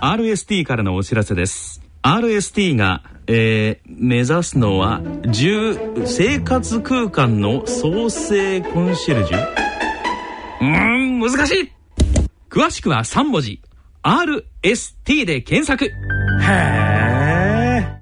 RST からのお知らせです。 RST が、目指すのは生活空間の創生コンシェルジュ。難しい。詳しくは3文字 RST で検索。へー。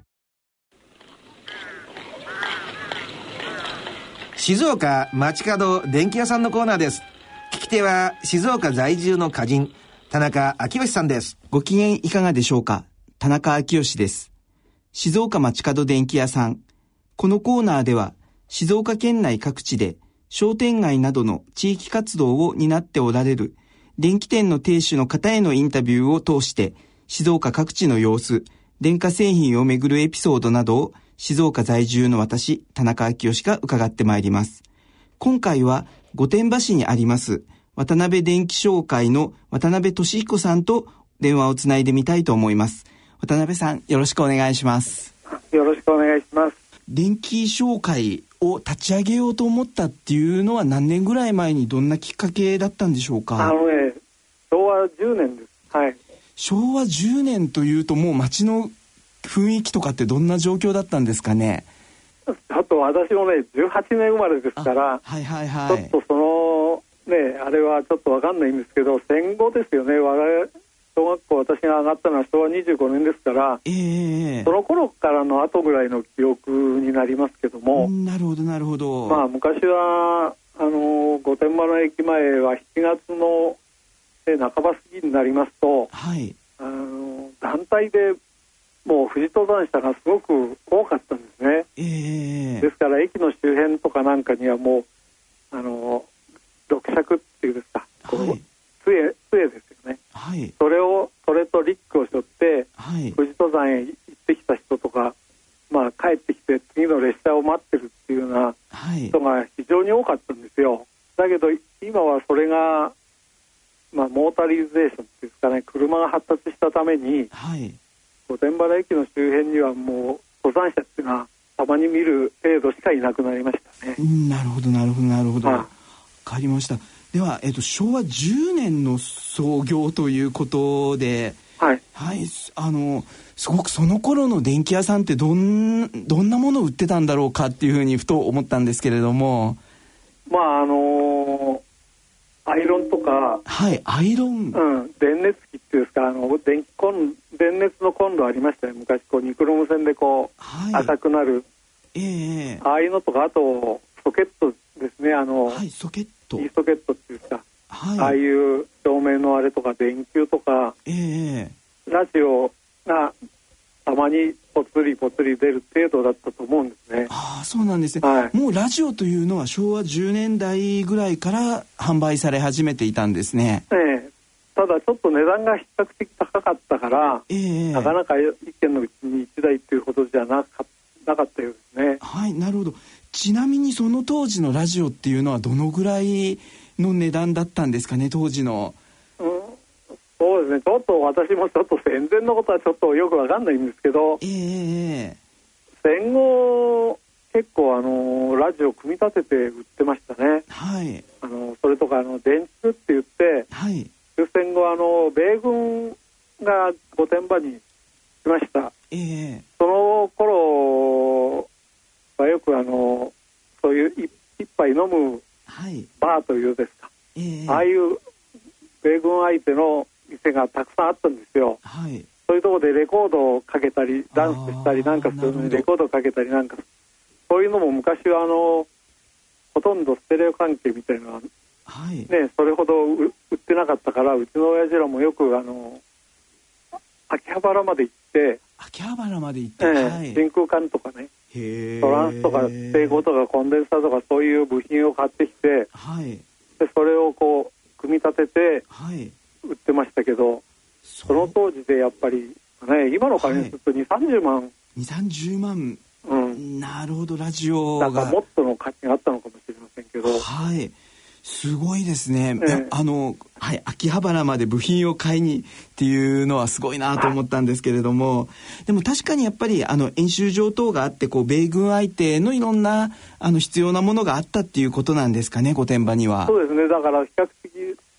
静岡街角電気屋さんのコーナーです。聞き手は静岡在住の歌人田中昭義さんです。 ご機嫌いかがでしょうか。田中昭義です。静岡街角電気屋さん。このコーナーでは静岡県内各地で商店街などの地域活動を担っておられる電気店の店主の方へのインタビューを通して静岡各地の様子、電化製品をめぐるエピソードなどを静岡在住の私、田中昭義が伺ってまいります。今回は御殿場市にあります渡辺電気商会の渡辺俊彦さんと電話をつないでみたいと思います。渡辺さん、よろしくお願いします。 よろしくお願いします。 電気商会を立ち上げようと思ったっていうのは何年ぐらい前にどんなきっかけだったんでしょうか。 昭和10年です。はい。 昭和10年というともう街の雰囲気とかってどんな状況だったんですかね。 あと私もね18年生まれですから、 はいはいはい、 ちょっとそのねあれはちょっと分かんないんですけど、戦後ですよね。我々小学校私が上がったのは昭和25年ですから、その頃からの後ぐらいの記憶になりますけども。 なるほどなるほど。 まあ昔は御殿場の駅前は7月の半ば過ぎになりますと、 はい、 団体でもう富士登山者がすごく多かったんですね。ですから駅の周辺とかなんかにはもう六尺っていうですか、はい、杖ですよね、はい、それとリュックを背負って、はい、富士登山へ行ってきた人とか、まあ、帰ってきて次の列車を待ってるっていうような人が非常に多かったんですよ。だけど今はそれが、まあ、モータリゼーションっていうんですかね、車が発達したために、はい、御殿場駅の周辺にはもう登山者っていうのはたまに見る程度しかいなくなりましたね。 なるほどなるほどなるほど、分かりました。では、昭和10年の創業ということで、はい、はい、すごくその頃の電気屋さんってどんなものを売ってたんだろうかっていうふうにふと思ったんですけれども。 まあアイロンとか、 はい、アイロン、 電熱器っていうんですか、電熱のコンロありましたね。昔こうニクロム線でこう、はい、赤くなる、ああいうのとか、あとソケットですね、 はい、ソケット、 イーソケットっていうんですか、 はい、 ああいう照明のあれとか電球とか、ラジオがたまにぽつりぽつり出る程度だったと思うんですね。 そうなんですね、はい、もうラジオというのは昭和10年代ぐらいから販売され始めていたんですね。 ただちょっと値段が比較的高かったから、なかなか一軒のうちに1台っていうほどじゃなかったようですね。 はい、なるほど。ちなみにその当時のラジオっていうのはどのぐらいの値段だったんですかね、当時の。 そうですね、ちょっと私もちょっと戦前のことはちょっとよくわかんないんですけど、戦後結構ラジオ組み立てて売ってましたね。はい、それとか電池って言って、はい、終戦後米軍が御殿場に来ました。その頃はよくそういう一杯飲むバーというですか、ああいう米軍相手の店がたくさんあったんですよ。はい、そういうところでレコードをかけたりダンスしたりなんかするのにレコードをかけたりなんか、そういうのも昔はほとんどステレオ関係みたいなのは、はいね、それほど売ってなかったから、うちの親父らもよく秋葉原まで行って、はい、真空管とかね、トランスとか整合とかコンデンサーとかそういう部品を買ってきて、はい、でそれをこう組み立てて、はい、売ってましたけど、その当時でやっぱり、ね、今の金にすると2、30万、 2、30万、なるほど。ラジオがなんかもっとの価値があったのかもしれませんけど、 はい、すごいですね。はい、秋葉原まで部品を買いにっていうのはすごいなと思ったんですけれども、でも確かにやっぱり演習場等があって、こう米軍相手のいろんな必要なものがあったっていうことなんですかね、御殿場には。 そうですね。だから比較的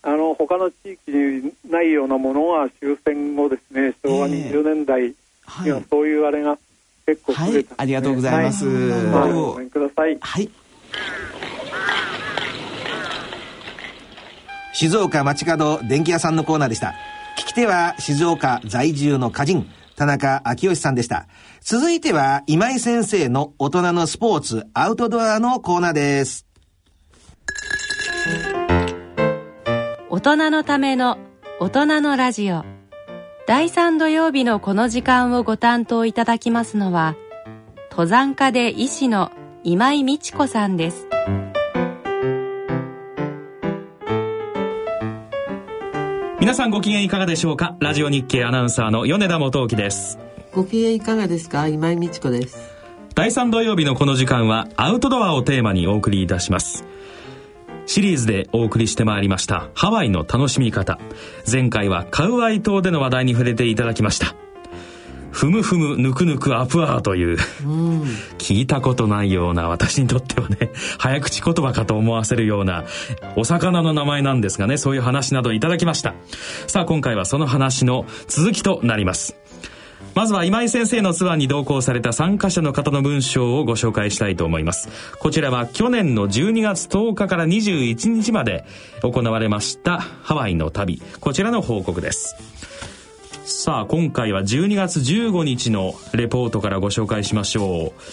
他の地域にないようなものが終戦後ですね、昭和20年代にはそういうあれが結構増えた、ね。はい、 ありがとうございます。 ごめんください。 はい。 静岡街角電気屋さんのコーナーでした。聞き手は静岡在住の歌人田中昭義さんでした。続いては今井先生の大人のスポーツアウトドアのコーナーです。 大人のための大人のラジオ。第3土曜日のこの時間をご担当いただきますのは、登山家で医師の今井美智子さんです。 皆さんご機嫌いかがでしょうか。ラジオ日経アナウンサーの米田元興です。 ご機嫌いかがですか。今井美智子です。 第3土曜日のこの時間はアウトドアをテーマにお送りいたします。シリーズでお送りしてまいりましたハワイの楽しみ方。前回はカウアイ島での話題に触れていただきました。ふむふむぬくぬくアプアーという、聞いたことないような、私にとってはね早口言葉かと思わせるようなお魚の名前なんですがね、そういう話などいただきました。さあ今回はその話の続きとなります。まずは今井先生のツアーに同行された参加者の方の文章をご紹介したいと思います。こちらは去年の12月10日から21日まで行われましたハワイの旅、こちらの報告です。さあ今回は12月15日のレポートからご紹介しましょう。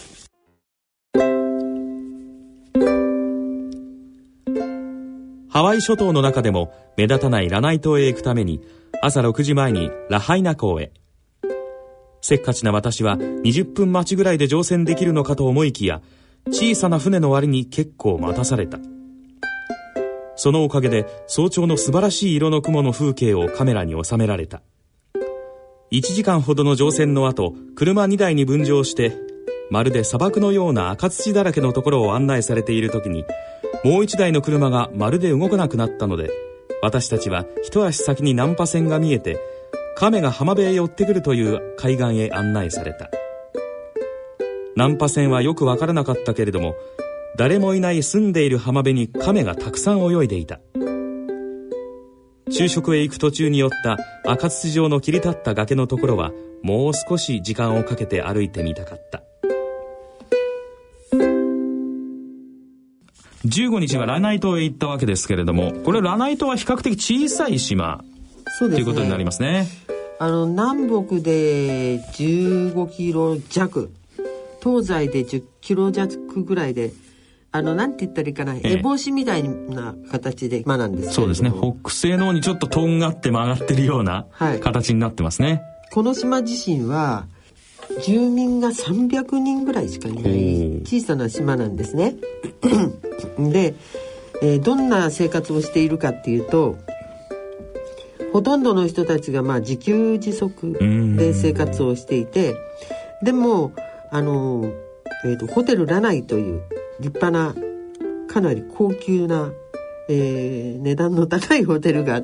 ハワイ諸島の中でも目立たないラナイ島へ行くために朝6時前にラハイナ港へ。せっかちな私は20分待ちぐらいで乗船できるのかと思いきや、小さな船の割に結構待たされた。そのおかげで早朝の素晴らしい色の雲の風景をカメラに収められた。1時間ほどの乗船の後、車2台に分乗して、まるで砂漠のような赤土だらけのところを案内されている時に、もう1台の車がまるで動かなくなったので、私たちは一足先に難破船が見えて、亀が浜辺へ寄ってくるという海岸へ案内された。難破船はよくわからなかったけれども、誰もいない住んでいる浜辺に亀がたくさん泳いでいた。昼食へ行く途中に寄った赤土状の切り立った崖のところは、もう少し時間をかけて歩いてみたかった。15日はラナイ島へ行ったわけですけれども、これラナイ島は比較的小さい島ということになりますね。 南北で15キロ弱、東西で10キロ弱ぐらいで、なんて言ったらいいかな、烏帽子みたいな形で島なんですけれども。そうですね、 北西の方にちょっととんがって曲がってるような形になってますね。 この島自身は住民が300人ぐらいしかいない小さな島なんですねで、どんな生活をしているかっていうと、ほとんどの人たちが自給自足で生活をしていて、でもホテルラナイという立派なかなり高級な、値段の高いホテルがあって、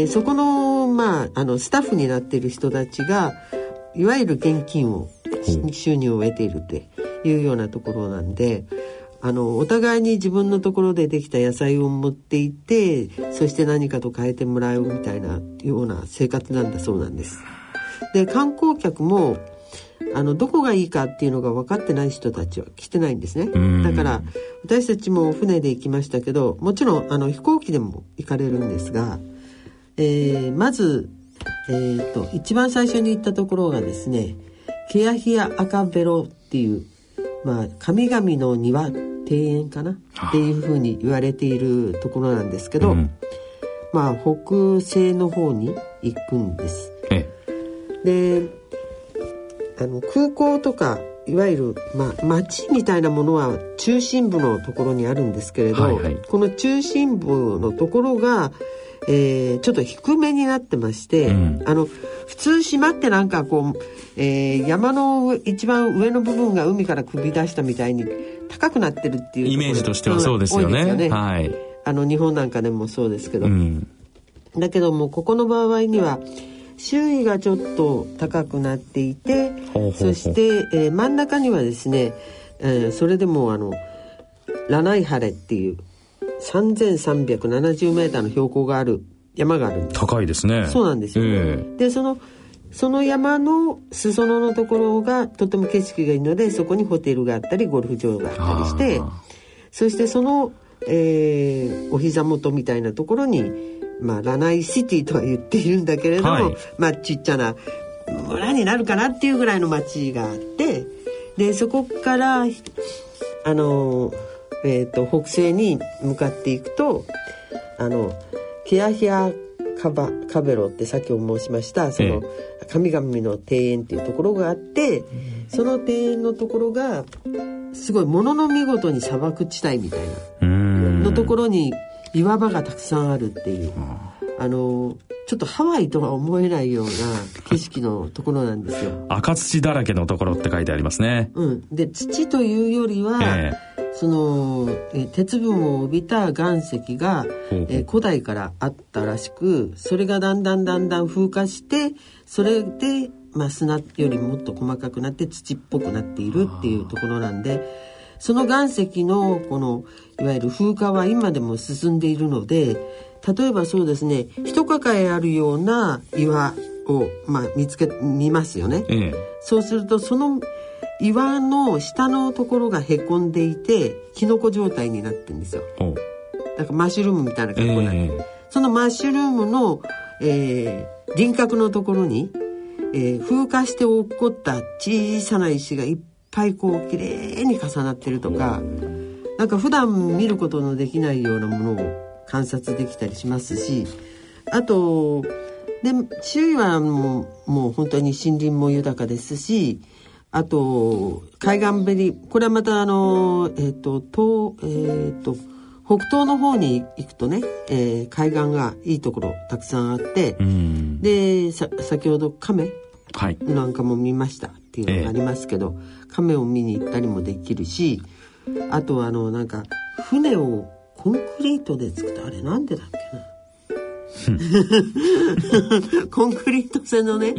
そこの、スタッフになっている人たちがいわゆる現金を収入を得ているというようなところなんで、お互いに自分のところでできた野菜を持っていて、そして何かと変えてもらうみたいなような生活なんだそうなんです。で、観光客もどこがいいかっていうのが分かってない人たちは来てないんですね。だから私たちも船で行きましたけど、もちろん飛行機でも行かれるんですが、まず、一番最初に行ったところがですね、ケアヒアアカベロっていう、神々の庭庭園かなっていうふうに言われているところなんですけど、北西の方に行くんです。で、空港とかいわゆる、町みたいなものは中心部のところにあるんですけれど、この中心部のところが、ちょっと低めになってまして、普通島ってなんかこう、山の一番上の部分が海から飛び出したみたいに高くなってるっていうイメージとしてはそうですよね。はい、 日本なんかでもそうですけど、だけどもここの場合には周囲がちょっと高くなっていて、そして、真ん中にはですね、それでもラナイハレっていう 3370メーターの標高がある山があるんです。 高いですね。 そうなんですよ、でその山の裾野のところがとても景色がいいので、そこにホテルがあったりゴルフ場があったりして、そしてその、お膝元みたいなところに、ラナイシティとは言っているんだけれども、ちっちゃな村になるかなっていうぐらいの町があって、でそこから北西に向かっていくとケアヒアカベロってさっきも申しましたその神々の庭園っていうところがあって、その庭園のところがすごいものの見事に砂漠地帯みたいなのところに岩場がたくさんあるっていうちょっとハワイとは思えないような景色のところなんですよ。 赤土だらけのところって書いてありますね。 で土というよりは、その鉄分を帯びた岩石が、古代からあったらしく、それがだんだん風化して、それで、砂よりもっと細かくなって土っぽくなっているっていうところなんで、その岩石のこのいわゆる風化は今でも進んでいるので、例えばそうですね、一抱えあるような岩を、見ますよね、そうするとその岩の下のところがへこんでいてキノコ状態になってるんですよ。だからマッシュルームみたいな格好になって、そのマッシュルームの、輪郭のところに、風化して落っこった小さな石がいっぱいこうきれいに重なってるとか、なんか普段見ることのできないようなものを観察できたりしますし、あとで周囲はもう本当に森林も豊かですし、あと海岸べり、これはまた北東の方に行くとね、海岸がいいところたくさんあって、で先ほど亀なんかも見ましたっていうのがありますけど、亀を見に行ったりもできるし、あとはなんか船をコンクリートで作った、あれなんでだっけなコンクリート製のね、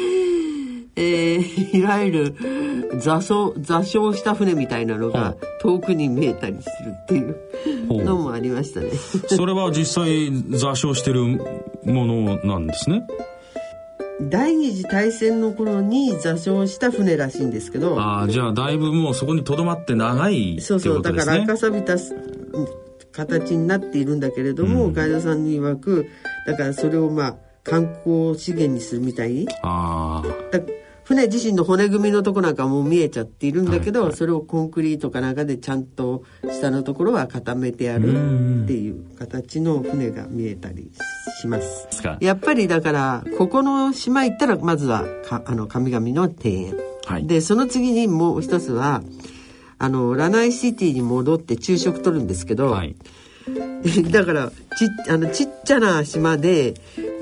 いわゆる座礁した船みたいなのが遠くに見えたりするっていうのもありましたねそれは実際座礁してるものなんですね。 第二次大戦の頃に座礁した船らしいんですけど、 じゃあだいぶもうそこにとどまって長いっていうことですね。 だから赤錆びた形になっているんだけれども、ガイドさんに曰く、だからそれを観光資源にするみたいに、船自身の骨組みのとこなんかもう見えちゃっているんだけど、それをコンクリートかなんかでちゃんと下のところは固めてあるっていう形の船が見えたりします。やっぱりだからここの島行ったらまずは神々の庭園、でその次にもう一つはラナイシティに戻って昼食取るんですけど、だからちっちゃな島で、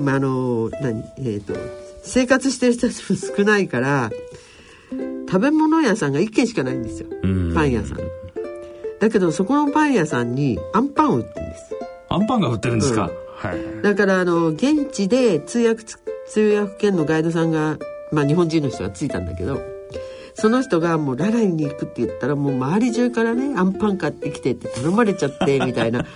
生活してる人たちも少ないから食べ物屋さんが1軒しかないんですよ、パン屋さん。だけどそこのパン屋さんにアンパンを売ってるんです。 アンパンが売ってるんですか、 だから現地で通訳兼のガイドさんが、日本人の人がついたんだけど、その人がもうラナイに行くって言ったらもう周り中からねアンパン買ってきてって頼まれちゃってみたいな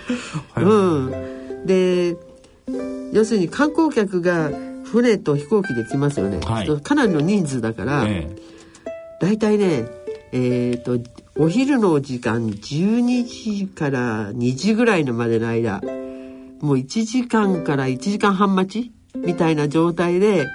で要するに観光客が船と飛行機で来ますよね、かなりの人数だから、だいたいねお昼の時間12時から2時ぐらいのまでの間、もう1時間から1時間半待ちみたいな状態で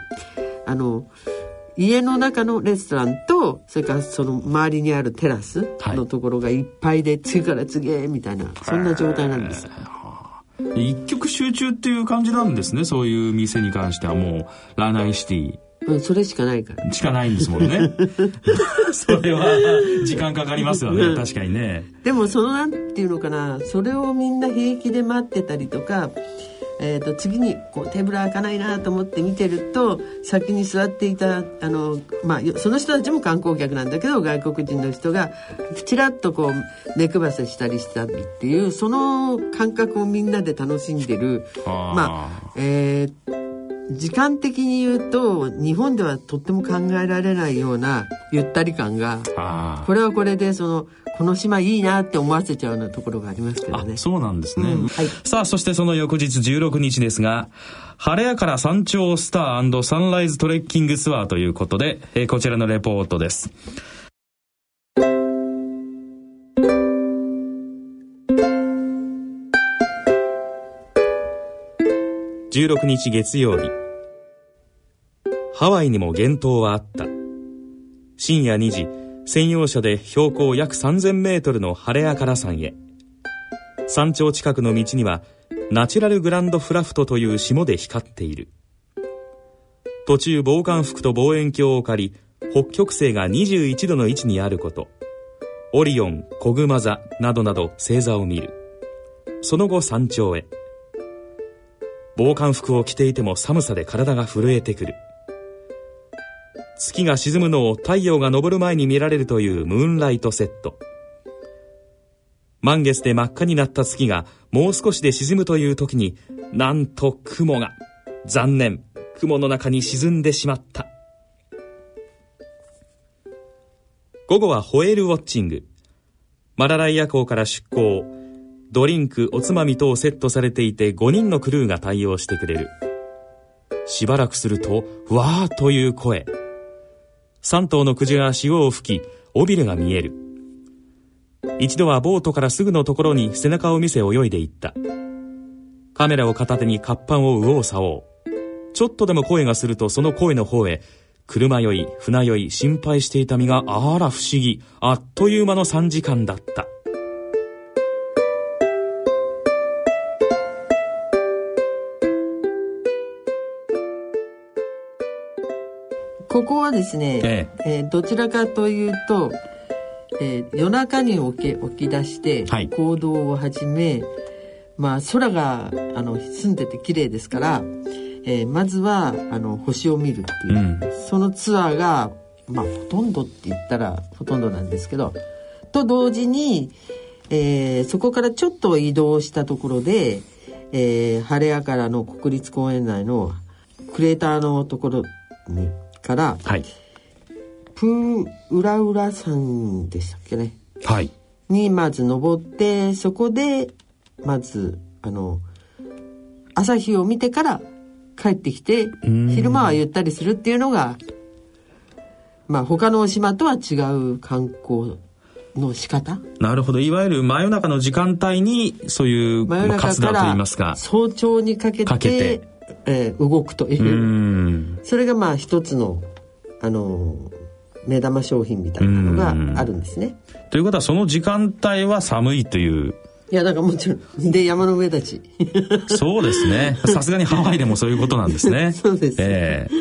家の中のレストランとそれからその周りにあるテラスのところがいっぱいで、次から次へみたいな、そんな状態なんです。 一極集中っていう感じなんですね。そういう店に関してはもうラナイシティ、 それしかないからしかないんですもんねそれは時間かかりますよね確かにね。 でもなんていうのかな、それをみんな平気で待ってたりとか、次にこうテーブル開かないなと思って見てると、先に座っていたその人たちも観光客なんだけど、外国人の人がちらっとこう目配せしたりしたりっていう、その感覚をみんなで楽しんでる、 時間的に言うと日本ではとっても考えられないようなゆったり感が、これはこれでこの島いいなって思わせちゃうようなところがありますけどね。 そうなんですね、 はい、 さあそしてその翌日16日ですが、晴れやから山頂スター&サンライズトレッキングツアーということで、こちらのレポートです。16日月曜日、ハワイにも幻冬はあった。深夜2時、専用車で標高約3000メートルの晴れやから山へ。山頂近くの道にはナチュラルグランドフラフトという霜で光っている。途中防寒服と望遠鏡を借り、北極星が21度の位置にあること、オリオン、コグマ座などなど星座を見る。その後山頂へ。防寒服を着ていても寒さで体が震えてくる。月が沈むのを太陽が昇る前に見られるというムーンライトセット。満月で真っ赤になった月がもう少しで沈むという時に、なんと雲が、残念、雲の中に沈んでしまった。午後はホエールウォッチング。マラライア港から出港。ドリンク、おつまみ等セットされていて5人のクルーが対応してくれる。しばらくすると、わーという声。3頭のクジが潮を吹き、尾びれが見える。一度はボートからすぐのところに背中を見せ泳いでいった。カメラを片手に甲板を右往左往。ちょっとでも声がするとその声の方へ、車酔い、船酔い、心配していた身があら不思議、あっという間の3時間だった。 ここはですね、どちらかというと、夜中に起き出して行動を始め、空が澄んでて綺麗ですから、まずは星を見るっていう、そのツアーが、ほとんどって言ったらほとんどなんですけど、と同時に、そこからちょっと移動したところで、晴れやからの国立公園内のクレーターのところにから、プーウラウラ山でしたっけね、にまず登って、そこでまず朝日を見てから帰ってきて、昼間はゆったりするっていうのが、他の島とは違う観光の仕方。 なるほど。いわゆる真夜中の時間帯にそういう活動といいますか、 早朝にかけて動くという、それが一つの目玉商品みたいなのがあるんですね。 ということはその時間帯は寒いという。 いや、だからもちろんで山の上たちそうですね。さすがにハワイでもそういうことなんですね。 そうです、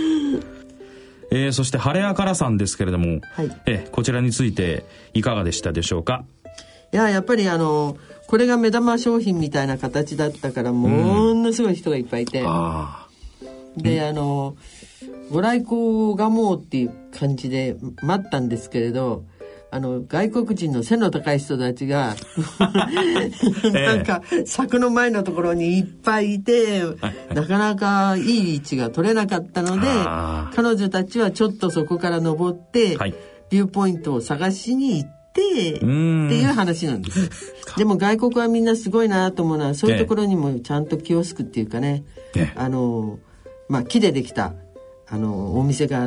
そして晴れやからさんですけれども、こちらについていかがでしたでしょうか。 やっぱりこれが目玉商品みたいな形だったから、ものすごい人がいっぱいいて、でご来光を拝もうっていう感じで待ったんですけれど、外国人の背の高い人たちがなんか柵の前のところにいっぱいいて、なかなかいい位置が取れなかったので、彼女たちはちょっとそこから登って、ビューポイントを探しに行ってっていう話なんです。でも外国はみんなすごいなと思うのは、そういうところにもちゃんとキオスクっていうかね、木でできたお店があって、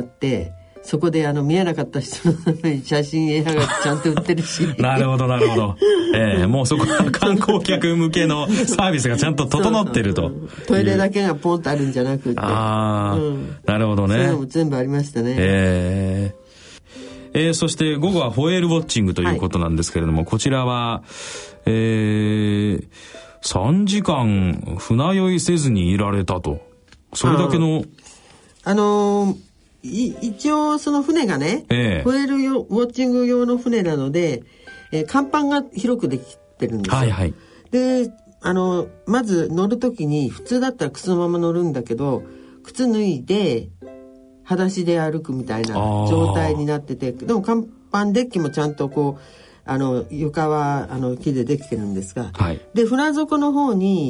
そこで見えなかった人のために写真絵はがきちゃんと売ってるしなるほどなるほど、もうそこは観光客向けのサービスがちゃんと整ってると。 トイレだけがポンとあるんじゃなくて、 なるほどね。 そういうのも全部ありましたね。 そして午後はホエールウォッチングということなんですけれども、こちらは、3時間船酔いせずにいられたと。それだけの一応その船がね、ホエールウォッチング用の船なので、甲板が広くできてるんですよ。でまず乗るときに、普通だったら靴のまま乗るんだけど、靴脱いで裸足で歩くみたいな状態になってて、でも甲板デッキもちゃんとこう床は木でできてるんですが、で船底の方に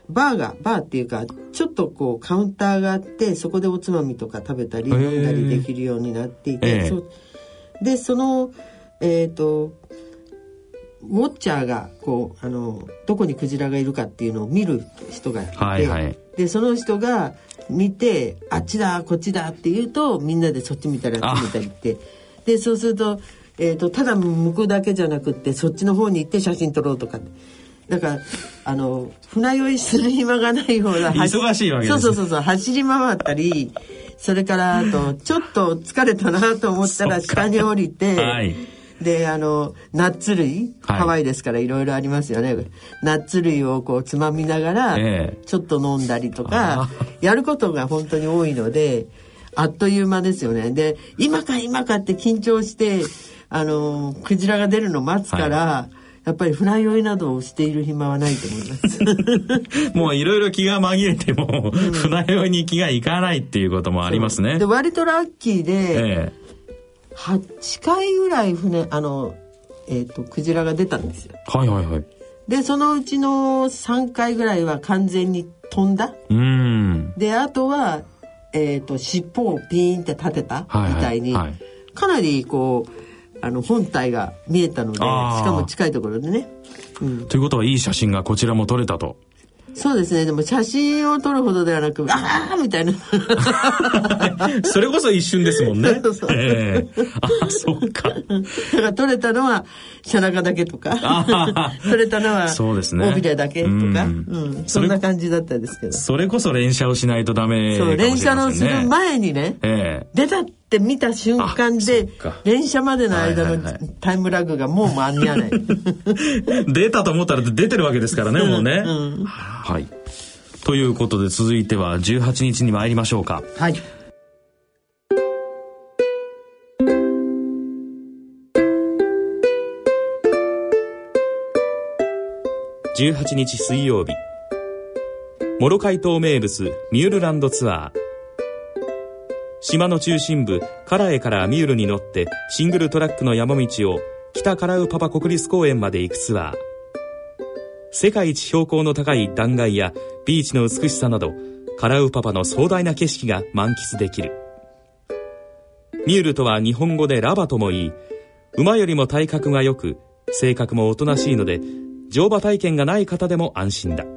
バーっていうかちょっとこうカウンターがあって、そこでおつまみとか食べたり飲んだりできるようになっていて、でそのウォッチャーがこうどこにクジラがいるかっていうのを見る人がいて、でその人が見て、あっちだこっちだって言うと、みんなでそっち見たりあっち見たりって、でそうすると、ただ向くだけじゃなくって、そっちの方に行って写真撮ろうとか、だから船酔いする暇がないような忙しいわけですね。 そう走り回ったり、それからあとちょっと疲れたなと思ったら下に降りて、でナッツ類、ハワイですからいろいろありますよね。ナッツ類をこうつまみながらちょっと飲んだりとか、やることが本当に多いので、あっという間ですよね。で今かって緊張してクジラが出るの待つから、やっぱり船酔いなどをしている暇はないと思いますもういろいろ気が紛れても、船酔いに気がいかないっていうこともありますね。 で割とラッキーで、8回ぐらいクジラが出たんですよ。でそのうちの3回ぐらいは完全に飛んだ。であとは、尻尾をピーンって立てたみたいに、かなりこう本体が見えたので、しかも近いところでね、 ということはいい写真がこちらも撮れたと。 そうですね。でも写真を撮るほどではなく、みたいなそれこそ一瞬ですもんね。そうか。だから撮れたのは背中だけとか撮れたのは尾びれだけとか、そんな感じだったんですけど、 それこそ連写をしないとダメかもしれませんね。 連写のする前にね、出たって見た瞬間で連写までの間のタイムラグがもう間に合わない出たと思ったら出てるわけですからね、もうね。ということで続いては18日に参りましょうか。18日水曜日、モロカイ島名物ミュールランドツアー。島の中心部カラエからミュールに乗ってシングルトラックの山道を北カラウパパ国立公園まで行くツアー。世界一標高の高い断崖やビーチの美しさなど、カラウパパの壮大な景色が満喫できる。ミュールとは日本語でラバとも言い、馬よりも体格が良く性格もおとなしいので、乗馬体験がない方でも安心だ。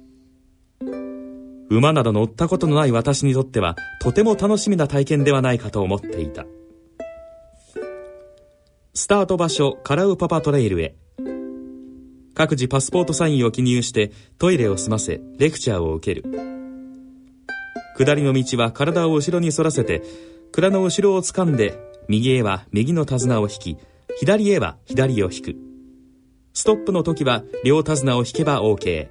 馬など乗ったことのない私にとってはとても楽しみな体験ではないかと思っていた。スタート場所カラウパパトレイルへ。各自パスポートサインを記入してトイレを済ませレクチャーを受ける。下りの道は体を後ろに反らせて、蔵の後ろを掴んで右へは右の手綱を引き、左へは左を引く。ストップの時は両手綱を引けば OK。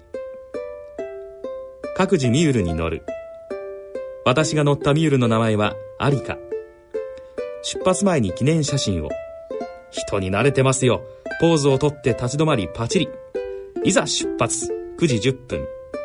各自ミュールに乗る。私が乗ったミュールの名前はアリカ。出発前に記念写真を。人に慣れてますよ。ポーズをとって立ち止まりパチリ。いざ出発。9時10分。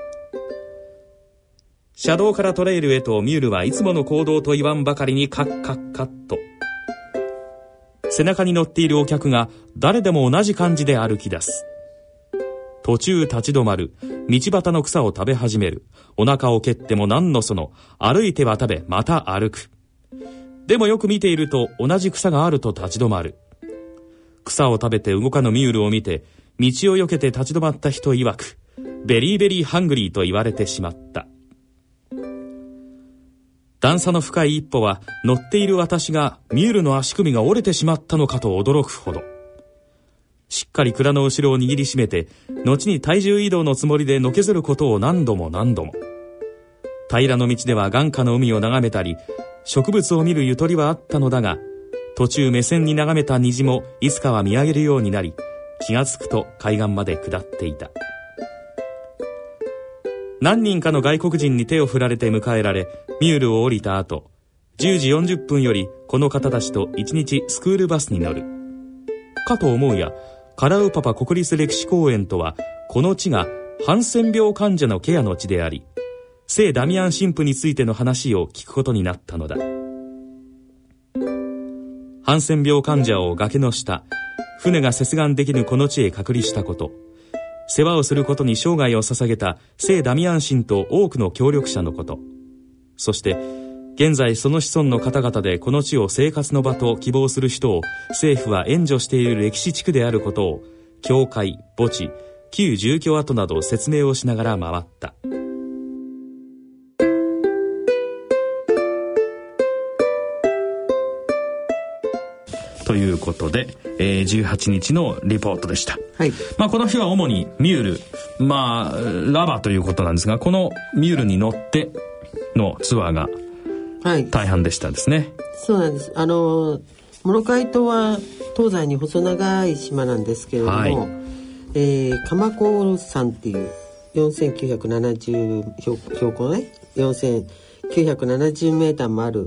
車道からトレイルへとミュールはいつもの行動と言わんばかりにカッカッカッと。背中に乗っているお客が誰でも同じ感じで歩き出す。途中立ち止まる。道端の草を食べ始める。お腹を蹴っても何のその。歩いては食べ、また歩く。でもよく見ていると同じ草があると立ち止まる。草を食べて動かぬミュールを見て、道を避けて立ち止まった人曰く、ベリーベリーハングリーと言われてしまった。段差の深い一歩は乗っている私がミュールの足首が折れてしまったのかと驚くほど。しっかり蔵の後ろを握りしめて、後に体重移動のつもりでのけぞることを何度も何度も。平らの道では眼下の海を眺めたり、植物を見るゆとりはあったのだが、途中目線に眺めた虹もいつかは見上げるようになり、気がつくと海岸まで下っていた。何人かの外国人に手を振られて迎えられ、ミュールを降りた後、10時40分よりこの方たちと1日スクールバスに乗る。かと思うや、カラウパパ国立歴史公園とは、この地がハンセン病患者のケアの地であり、聖ダミアン神父についての話を聞くことになったのだ。ハンセン病患者を崖の下、船が接岸できぬこの地へ隔離したこと、 世話をすることに生涯を捧げた聖ダミアン神と多くの協力者のこと、そして現在その子孫の方々でこの地を生活の場と希望する人を政府は援助している歴史地区であることを、教会、墓地、旧住居跡など説明をしながら回った。ということで、18日のリポートでした。 はい。 この日は主にミュール、ラバということなんですが、このミュールに乗ってのツアーが大半でしたですね。 そうなんです。モロカイ島は東西に細長い島なんですけれども、カマコ山っていう4970標高ね、4970メーターもある、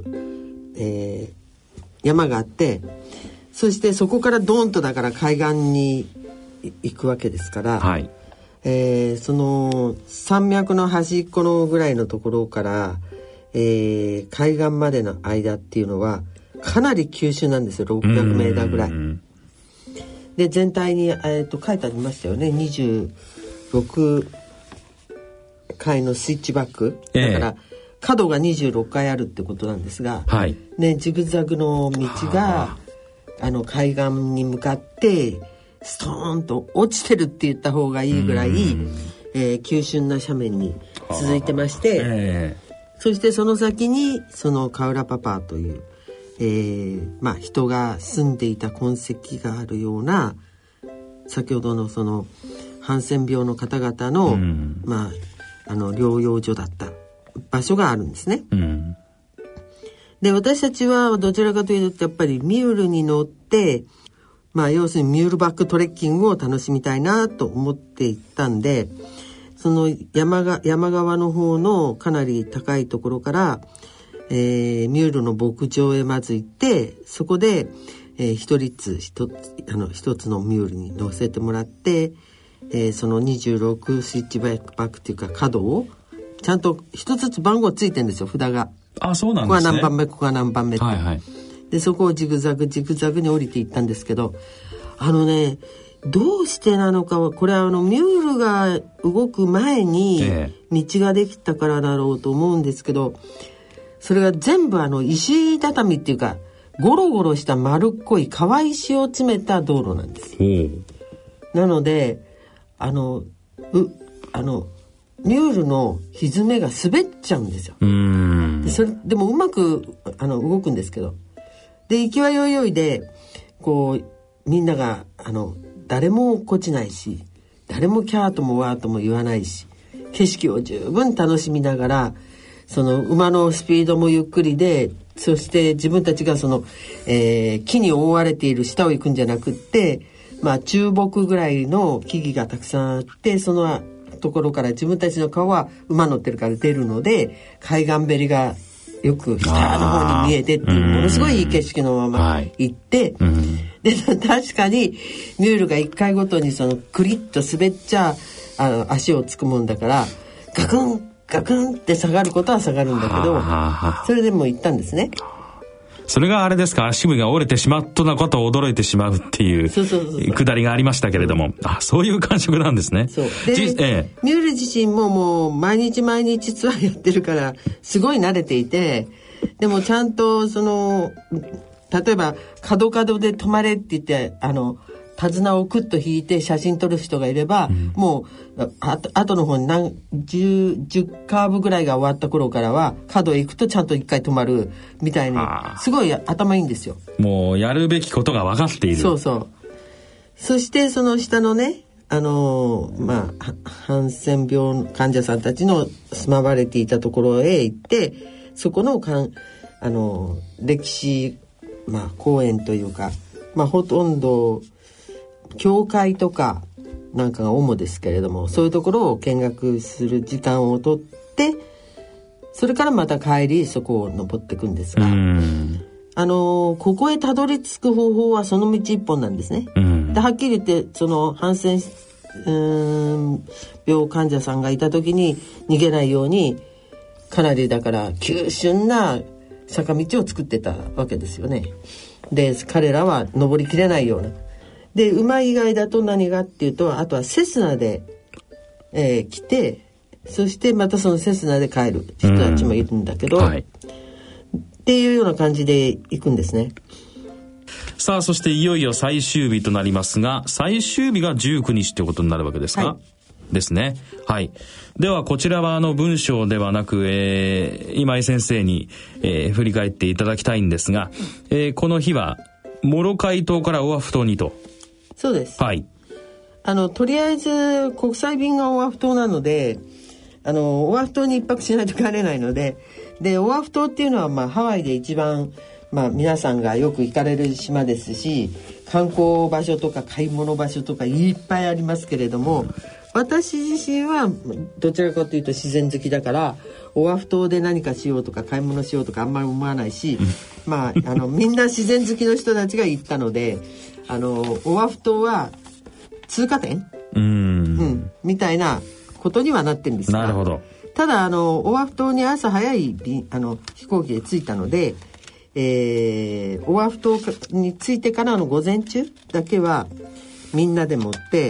山があって、そしてそこからドーンとだから海岸に行くわけですから、はい、その山脈の端っこのぐらいのところから、海岸までの間っていうのはかなり急峻なんですよ。600メーターぐらいで、全体に、書いてありましたよね。26回のスイッチバックだから、角が26回あるってことなんですが、はい、ね、ジグザグの道が海岸に向かってストーンと落ちてるって言った方がいいぐらい、急峻な斜面に続いてまして、そしてその先にそのカウラパパという、人が住んでいた痕跡があるような、先ほどのそのハンセン病の方々の、療養所だった場所があるんですね。で、私たちはどちらかというとやっぱりミュールに乗って、要するにミュールバックトレッキングを楽しみたいなと思って行ったんで、その山側の方のかなり高いところから、ミュールの牧場へまず行って、そこで、一つのミュールに乗せてもらって、その26スイッチバックっていうか角をちゃんと一つずつ番号ついてるんですよ、札が。 あ、そうなんですね。 ここは何番目、ここは何番目って、 はいはい、 でそこをジグザグに降りていったんですけど、どうしてなのかは、これはミュールが動く前に道ができたからだろうと思うんですけど、それが全部石畳っていうかゴロゴロした丸っこい川石を詰めた道路なんです。なのでミュールの蹄が滑っちゃうんですよ。でもうまく動くんですけど、で勢いよいでこうみんなが誰も落っこちないし、誰もキャーともワーとも言わないし、景色を十分楽しみながら、その馬のスピードもゆっくりで、そして自分たちがその、木に覆われている下を行くんじゃなくって、中木ぐらいの木々がたくさんあって、そのところから自分たちの顔は馬乗ってるから出るので、海岸べりがよく下の方に見えてっていう、ものすごいいい景色のまま行って、で確かにミュールが1回ごとにそのクリッと滑っちゃ足をつくもんだから、ガクンガクンって下がることは下がるんだけど、それでも行ったんですね。 それがあれですか、足首が折れてしまったなことを驚いてしまうっていうくだりがありましたけれども、そういう感触なんですね。 そうで、ミュール自身もう毎日ツアーやってるからすごい慣れていて、でもちゃんとその例えば角で止まれって言って手綱をクッと引いて写真撮る人がいれば、もう後の方に10カーブぐらいが終わった頃からは角へ行くとちゃんと一回止まるみたいに、すごい頭いいんですよ。 もうやるべきことが分かっている。 そうそう。そしてその下のね、ハンセン病患者さんたちの住まわれていたところへ行って、そこの歴史、公園というか、ほとんど教会とかなんかが主ですけれども、そういうところを見学する時間をとって、それからまた帰りそこを登っていくんですが、ここへたどり着く方法はその道一本なんですね。ではっきり言ってそのハンセン病患者さんがいた時に逃げないように、かなりだから急峻な坂道を作ってたわけですよね。で彼らは登りきれないような。 で馬以外だと何がっていうと、あとはセスナで、来て、そしてまたそのセスナで帰る人たちもいるんだけど、っていうような感じで行くんですね。 さあ、そしていよいよ最終日となりますが、最終日が19日ということになるわけですか？ですね。はい。ではこちらは文章ではなく、今井先生に、振り返っていただきたいんですが、この日はモロカイ島からオアフ島にと。 そうです。 はい。 とりあえず国際便がオアフ島なので、オアフ島に一泊しないと帰れないので、でオアフ島っていうのはハワイで一番皆さんがよく行かれる島ですし、観光場所とか買い物場所とかいっぱいありますけれども、私自身はどちらかというと自然好きだから、オアフ島で何かしようとか買い物しようとかあんまり思わないしみんな自然好きの人たちが行ったので、オアフ島は通過点みたいなことにはなってるんですが、 なるほど。 ただオアフ島に朝早い飛行機で着いたので、オアフ島に着いてからの午前中だけはみんなでもって、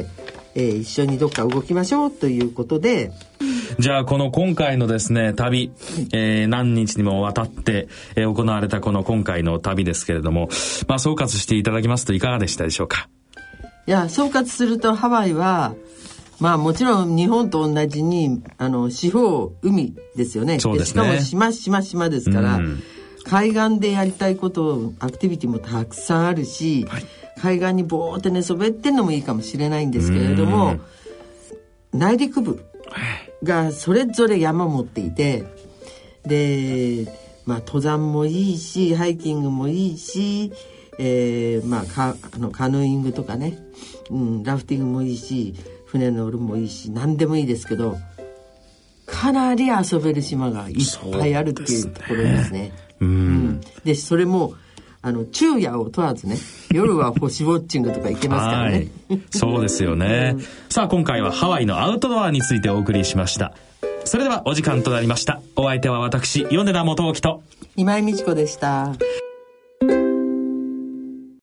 一緒にどっか動きましょうということで、 じゃあ今回のですね旅、何日にもわたって、行われたこの今回の旅ですけれども、総括していただきますといかがでしたでしょうか？ いや、総括するとハワイはもちろん日本と同じに四方海ですよね。 そうですね。 しかも島ですから、海岸でやりたいことアクティビティもたくさんあるし、海岸にボーって寝そべってんのもいいかもしれないんですけれども、内陸部がそれぞれ山持っていて、で登山もいいしハイキングもいいし、カヌーイングとかね、ラフティングもいいし船乗るもいいし何でもいいですけど、かなり遊べる島がいっぱいあるっていうところですね。でそれも昼夜を問わずね、夜は星ウォッチングとか行けますからね。 そうですよね。さあ今回はハワイのアウトドアについてお送りしました。それではお時間となりました。お相手は私米田元興と今井美智子でした。